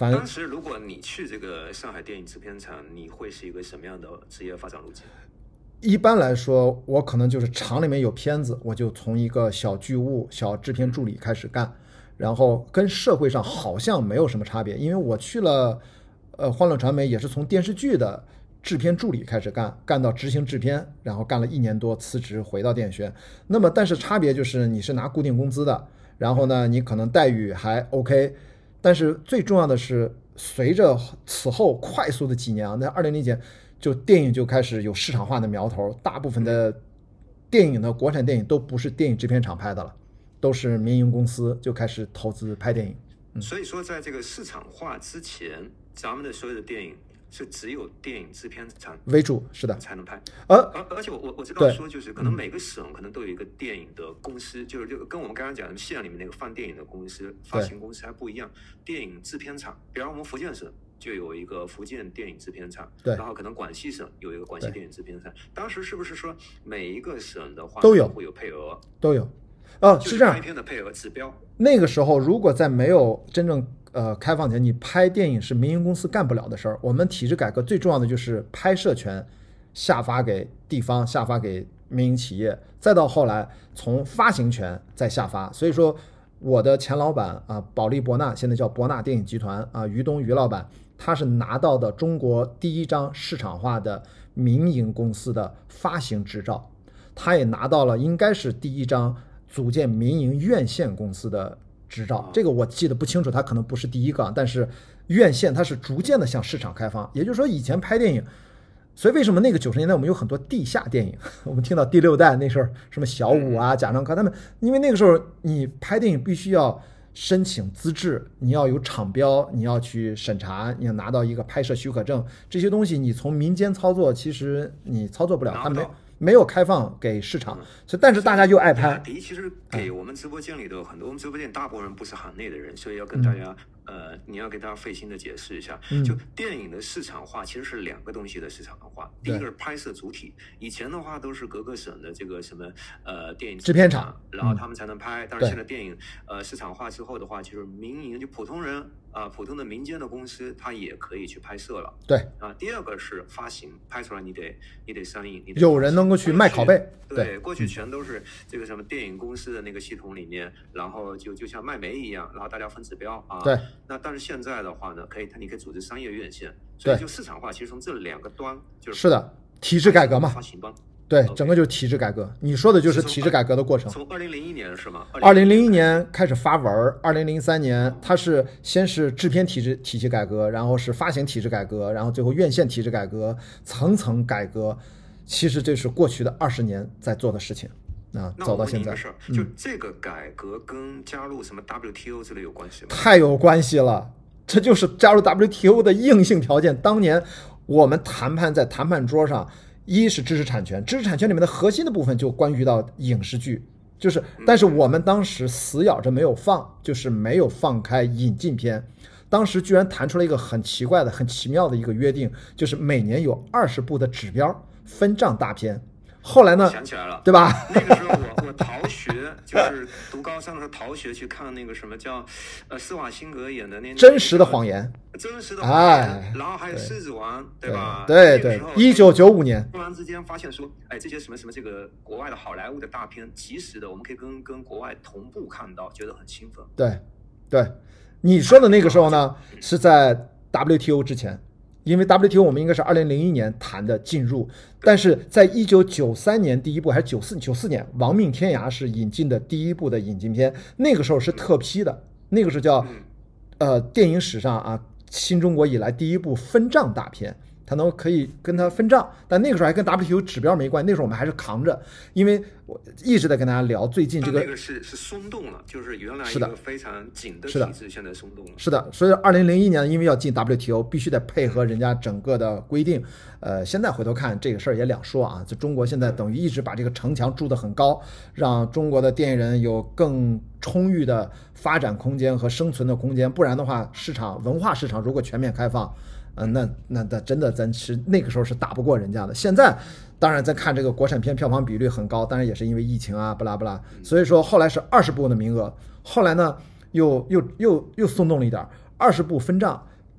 当时如果你去这个上海电影制片厂，你会是一个什么样的职业发展路径？ 一般来说，我可能就是厂里面有片子，我就从一个小剧务、小制片助理开始干，然后跟社会上好像没有什么差别，因为我去了，欢乐传媒也是从电视剧的制片助理开始干，干到执行制片，然后干了1年多，辞职回到电影学院。那么，但是差别就是你是拿固定工资的，然后呢，你可能待遇还 OK，但是最重要的是，随着此后快速的几年啊，那2000年就电影就开始有市场化的苗头，大部分的电影的国产电影都不是电影制片厂拍的了，都是民营公司就开始投资拍电影。 所以说，在这个市场化之前，咱们的所有的电影是只有电影制片厂为主，是的， 才能拍。而且我知道对说，就是可能每个省可能都有一个电影的公司，就跟我们刚刚讲的县里面那个放电影的公司、发行公司还不一样。电影制片厂，比方我们福建省就有一个福建电影制片厂， 对， 然后可能广西省有一个广西电影制片厂。当时是不是说每一个省的话都有会有配额？ 都有。是这样。 拍片的配额指标。 那个时候，如果在没有真正开放前，你拍电影是民营公司干不了的事儿。我们体制改革最重要的就是拍摄权下发给地方，下发给民营企业，再到后来从发行权再下发。所以说，我的前老板保利博纳，现在叫博纳电影集团于东于老板，他是拿到的中国第一张市场化的民营公司的发行执照，他也拿到了应该是第一张组建民营院线公司的执照，这个我记得不清楚，他可能不是第一个，但是院线它是逐渐的向市场开放。也就是说，以前拍电影，所以为什么那个90年代我们有很多地下电影？我们听到第6代那时候什么小武啊、贾樟柯他们，因为那个时候你拍电影必须要申请资质，你要有厂标，你要去审查，你要拿到一个拍摄许可证，这些东西你从民间操作，其实你操作不了，它没有开放给市场，所以但是大家就爱拍。 第一，其实给我们直播间里的很多，我们直播间大部分人不是行内的人，所以要跟大家你要给大家费心的解释一下，就电影的市场化其实是2个东西的市场化。第一个是拍摄主体，以前的话都是各个省的这个什么电影制片厂， 然后他们才能拍。但是现在电影市场化之后的话，就是民营就普通人普通的民间的公司，它也可以去拍摄了。 对第二个是发行，拍出来你得上映， 有人能够去卖拷贝。 对，过去全都是这个什么电影公司的那个系统里面，然后就像卖煤一样，然后大家分指标对。 那但是现在的话呢，你可以组织商业院线，所以就市场化其实从这2个端是的，体制改革嘛。 发行端。 对，整个就是体制改革。你说的就是体制改革的过程。 从2001年是吗 ？2001年开始发文，2003年它是先是制片体系改革，然后是发行体制改革，然后最后院线体制改革，层层改革。其实这是过去的20年在做的事情走到现在。 就这个改革跟加入什么 WTO 之类有关系吗？ 太有关系了，这就是加入 WTO 的硬性条件。当年我们在谈判桌上，一是知识产权，知识产权里面的核心的部分就关于到影视剧，但是我们当时死咬着没有放，就是没有放开引进片。当时居然谈出了一个很奇怪的、很奇妙的一个约定，就是每年有20部的指标分账大片。后来呢？ 想起来了， 对吧？ 那个时候我逃学，就是读高三的时候逃学去看那个什么叫施瓦辛格演的那真实的谎言， 然后还有狮子王，对吧？ 对，1995年， 突然之间发现说，这些什么这个国外的好莱坞的大片，及时的我们可以跟国外同步看到，觉得很兴奋。 对，你说的那个时候呢，是在 WTO 之前。因为 WTO 我们应该是2001年谈的进入，但是在1993年第一部还是94年，《亡命天涯》是引进的第一部的引进片，那个时候是特批的，那个是叫电影史上新中国以来第一部分账大片。它可以跟它分账，但那个时候还跟 WTO 指标没关系，那时候我们还是扛着，因为我一直在跟大家聊最近这个。 那个是松动了，就是原来一个非常紧的体制，现在松动了。 是的，所以2001年因为要进 WTO， 必须得配合人家整个的规定。现在回头看这个事儿也两说啊，就中国现在等于一直把这个城墙筑得很高，让中国的电影人有更充裕的发展空间和生存的空间，不然的话，文化市场如果全面开放。那真的咱是那个时候是打不过人家的。现在当然咱看这个国产片票房比率很高，当然也是因为疫情不拉不拉，所以说后来是20部的名额，后来呢又松动了一点，20部分账，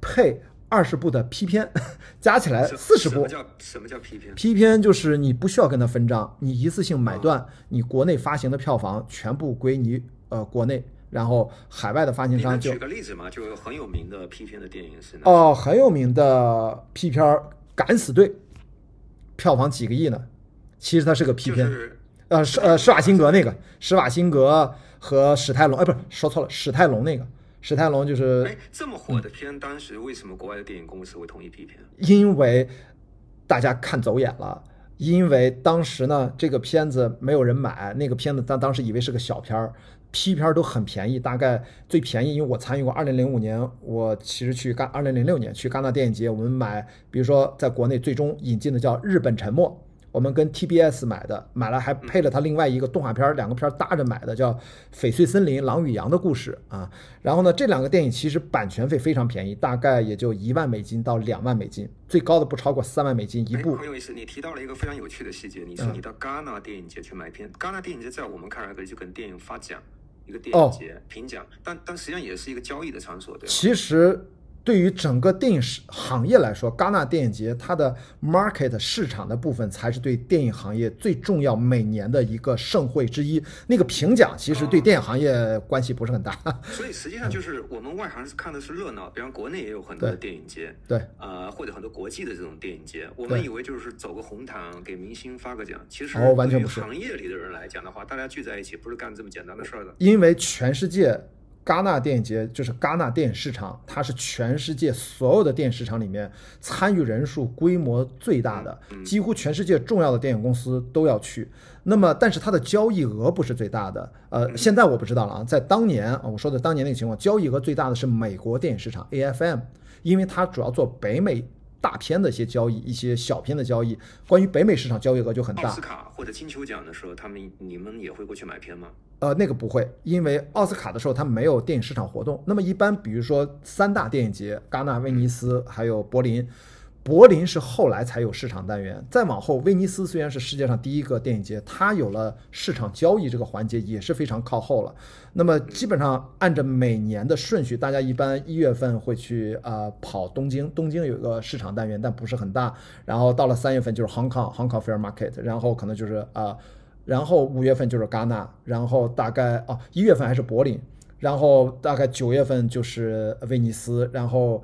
配20部的 P 片，加起来40部。 什么叫 P 片 ？P 片就是你不需要跟它分账，你一次性买断，你国内发行的票房全部归你国内，然后海外的发行商就。 举个例子嘛，就很有名的 P 片的电影是很有名的 P 片《敢死队》，票房几个亿呢？其实它是个 P 片。施瓦辛格那个，施瓦辛格和史泰龙，不是说错了，史泰龙那个。史泰龙就是这么火的片，当时为什么国外的电影公司会同意 P 片？ 因为大家看走眼了，因为当时呢这个片子没有人买，那个片子当时以为是个小片，P 片都很便宜，大概最便宜，因为我参与过2005年，我其实去2006年去戛纳电影节，我们买，比如说在国内最终引进的叫《日本沉没》。我们跟 TBS 买了还配了它另外一个动画片，2个片搭着买的，叫《翡翠森林：狼与羊的故事》啊。然后呢，这2个电影其实版权费非常便宜，大概也就$1万到$2万，最高的不超过$3万一部。 很有意思，你提到了一个非常有趣的细节，你说你到戛纳电影节去买片，戛纳电影节在我们看来就跟电影发奖一个电影节评奖，但实际上也是一个交易的场所，对吧？ 其实。对于整个电影行业来说，戛纳电影节它的 market 市场的部分才是对电影行业最重要每年的一个盛会之一。那个评奖其实对电影行业关系不是很大。 所以实际上就是我们外行看的是热闹，比方国内也有很多的电影节， 对， 或者很多国际的这种电影节，我们以为就是走个红毯给明星发个奖，其实完全不是。 对于行业里的人来讲的话，大家聚在一起不是干这么简单的事儿的。 因为全世界。戛纳电影节就是戛纳电影市场，它是全世界所有的电影市场里面参与人数规模最大的，几乎全世界重要的电影公司都要去。那么，但是它的交易额不是最大的。现在我不知道了啊，在当年我说的当年那个情况，交易额最大的是美国电影市场 AFM， 因为它主要做北美大片的一些交易，一些小片的交易。关于北美市场交易额就很大。 奥斯卡或者金球奖的时候，你们也会过去买片吗？ 那个不会，因为奥斯卡的时候它没有电影市场活动。那么一般比如说3大电影节，戛纳、威尼斯还有柏林。柏林是后来才有市场单元，再往后威尼斯虽然是世界上第一个电影节，它有了市场交易这个环节也是非常靠后了。那么基本上按照每年的顺序，大家一般1月份会去跑东京有一个市场单元，但不是很大。然后到了3月份就是 Hong Kong Fair Market， 然后可能就是然后5月份就是戛纳，然后大概1月份还是柏林。然后大概9月份就是威尼斯，然后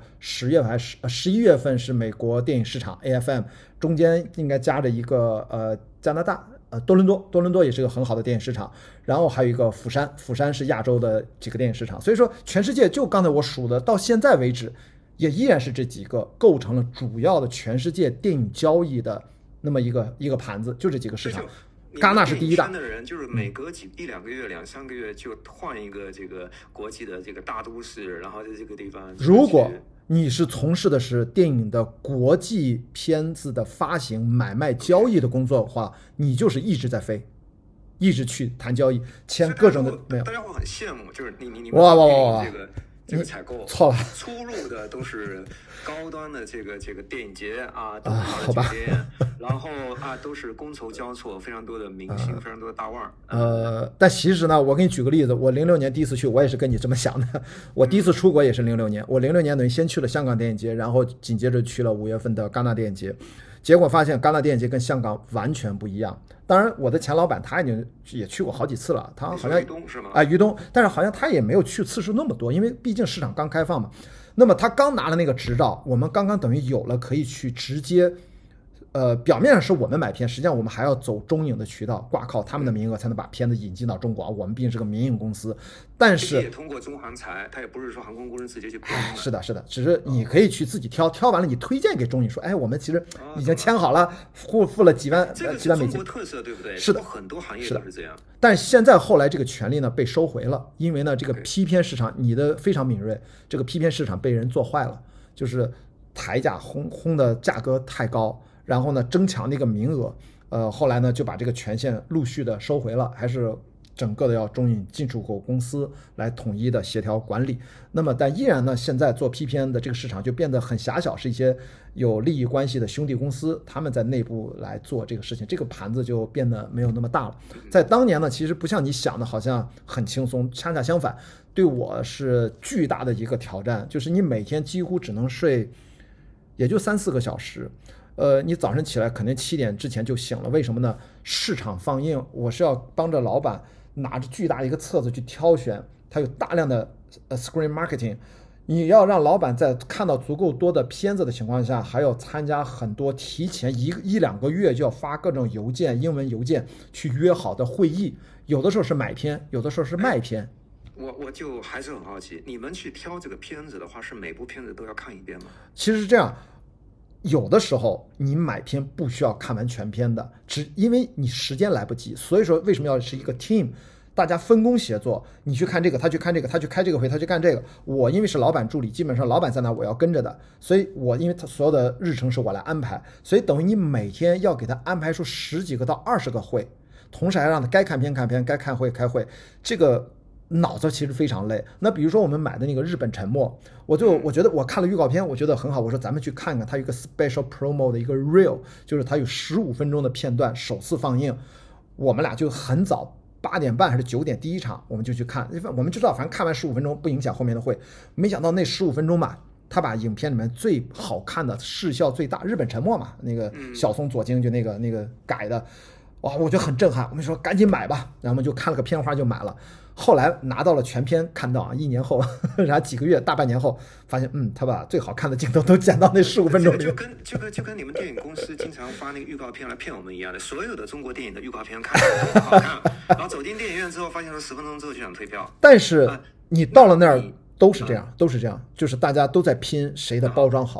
11月份是美国电影市场 AFM， 中间应该夹着一个加拿大多伦多也是个很好的电影市场，然后还有一个釜山是亚洲的几个电影市场。所以说全世界就刚才我数的到现在为止，也依然是这几个构成了主要的全世界电影交易的那么一个盘子，就这几个市场。戛纳是第一大的人，就是每隔1-2个月、2-3个月就换一个这个国际的这个大都市，然后在这个地方。 如果你是从事的是电影的国际片子的发行、买卖、交易的工作的话，你就是一直在飞，一直去谈交易，签各种的没有。 大家会很羡慕，就是你哇这个采购错了， 出入的都是高端的这个电影节都是好的酒店，然后都是觥筹交错，非常多的明星，非常多的大腕。 但其实呢，我给你举个例子，我06年第一次去，我也是跟你这么想的。我第一次出国也是06年，我06年等于先去了香港电影节，然后紧接着去了5月份的戛纳电影节。结果发现戛纳电影节跟香港完全不一样。当然，我的前老板他已经也去过好几次了，他好像于东，但是好像他也没有去次数那么多，因为毕竟市场刚开放嘛。那么他刚拿了那个执照，我们刚刚等于有了可以去直接，表面上是我们买片，实际上我们还要走中影的渠道，挂靠他们的名额才能把片子引进到中国。我们毕竟是个民营公司，但是也通过中航才，他也不是说航空公司直接去配。 是的，只是你可以去自己挑完了，你推荐给中影说，我们其实已经签好了，付了几万美金。 这个是中国特色，对不对？ 是的， 很多行业都是这样。 但现在后来这个权利呢被收回了，因为呢这个批片市场你的非常敏锐，这个批片市场被人做坏了，就是抬价轰的价格太高。然后呢，争抢那个名额，后来呢就把这个权限陆续的收回了，还是整个的要中影进出口公司来统一的协调管理。那么但依然呢，现在做批片的这个市场就变得很狭小，是一些有利益关系的兄弟公司，他们在内部来做这个事情，这个盘子就变得没有那么大了。在当年呢，其实不像你想的好像很轻松，恰恰相反， 对我是巨大的一个挑战，就是你每天几乎只能睡也就3-4个小时。你早晨起来肯定7点之前就醒了，为什么呢？市场放映，我是要帮着老板拿着巨大一个册子去挑选，它有大量的screen marketing， 你要让老板在看到足够多的片子的情况下，还要参加很多提前1-2个月就要发各种邮件，英文邮件去约好的会议，有的时候是买片，有的时候是卖片。 我就还是很好奇，你们去挑这个片子的话，是每部片子都要看一遍吗？ 其实是这样，有的时候你买片不需要看完全片的，只因为你时间来不及，所以说为什么要是一个 team， 大家分工协作，你去看这个，他去看这个，他去开这个会，他去干这个。我因为是老板助理，基本上老板在哪我要跟着的，所以我因为他所有的日程是我来安排，所以等于你每天要给他安排出10几个到20个会，同时还让他该看片看片，该开会开会，这个脑子其实非常累。那比如说我们买的那个日本沉没，我觉得我看了预告片，我觉得很好，我说咱们去看看，它有一个 special promo 的一个 reel， 就是它有15分钟的片段首次放映，我们俩就很早8点半还是9点第一场我们就去看，我们知道反正看完15分钟不影响后面的会，没想到那15分钟吧，他把影片里面最好看的视效最大日本沉没嘛，那个小松左京就那个改的，哇，我觉得很震撼，我们说赶紧买吧，然后我们就看了个片花就买了。后来拿到了全片，看到1年后，然后几个月大半年后，发现他把最好看的镜头都剪到那15分钟里面。 就跟你们电影公司经常发那个预告片来骗我们一样的，所有的中国电影的预告片看着都好看，然后走进电影院之后，发现了10分钟之后就想退票。 但是你到了那儿都是这样，就是大家都在拼谁的包装好。